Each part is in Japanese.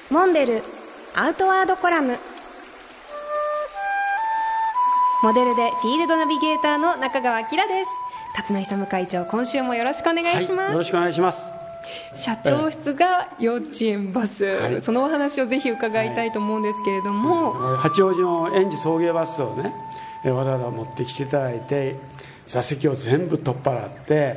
モンベルアウトワードコラム。モデルでフィールドナビゲーターの中川明です。辰野勇会長、今週もよろしくお願いします。 よろしくお願いします。 社長室が幼稚園バス、そのお話をぜひ伺いたいと思うんですけれども、 八王子の園児送迎バスをね、わざわざ持ってきていただいて、座席を全部取っ払って、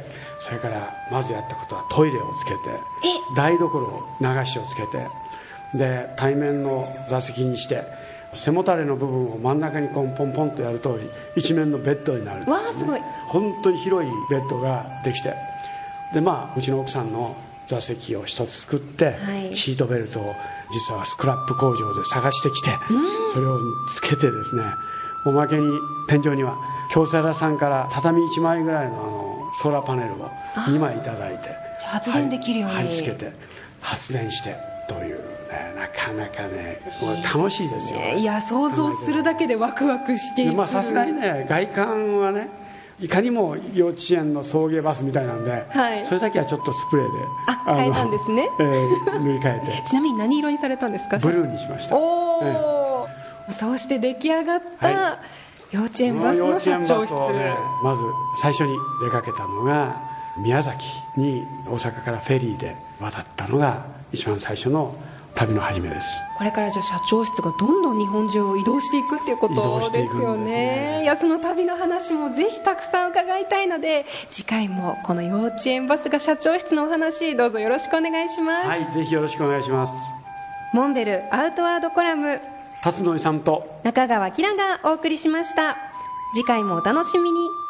それからまずやったことはトイレをつけて、台所流しをつけて、で対面の座席にして背もたれの部分を真ん中にポンポンポンとやると一面のベッドになる、 わーすごい。 本当に広いベッドができて、でうちの奥さんの座席を一つ作って、シートベルトを実はスクラップ工場で探してきて、それをつけてですね、おまけに天井には京セラさんから畳1枚ぐらいのソーラーパネルを2枚いただいて、 発電できるように貼り付けて発電してという、なかなかね楽しいですよ。 いや、想像するだけでワクワクしていく。 さすがにね、外観はねいかにも幼稚園の送迎バスみたいなんで、それだけはちょっとスプレーで変えたんですね。 塗り替えて。 ちなみに何色にされたんですか？ ブルーにしました。 そうして出来上がった幼稚園バスの社長室、 まず最初に出かけたのが宮崎に大阪からフェリーで渡ったのが一番最初の旅の始めです。 これからじゃあ社長室がどんどん日本中を移動していくっていうことですよね。その旅の話もぜひたくさん伺いたいので、次回もこの幼稚園バスが社長室のお話、どうぞよろしくお願いします。 ぜひよろしくお願いします。 モンベルアウトワードコラム、 辰野勇と中川明がお送りしました。次回もお楽しみに。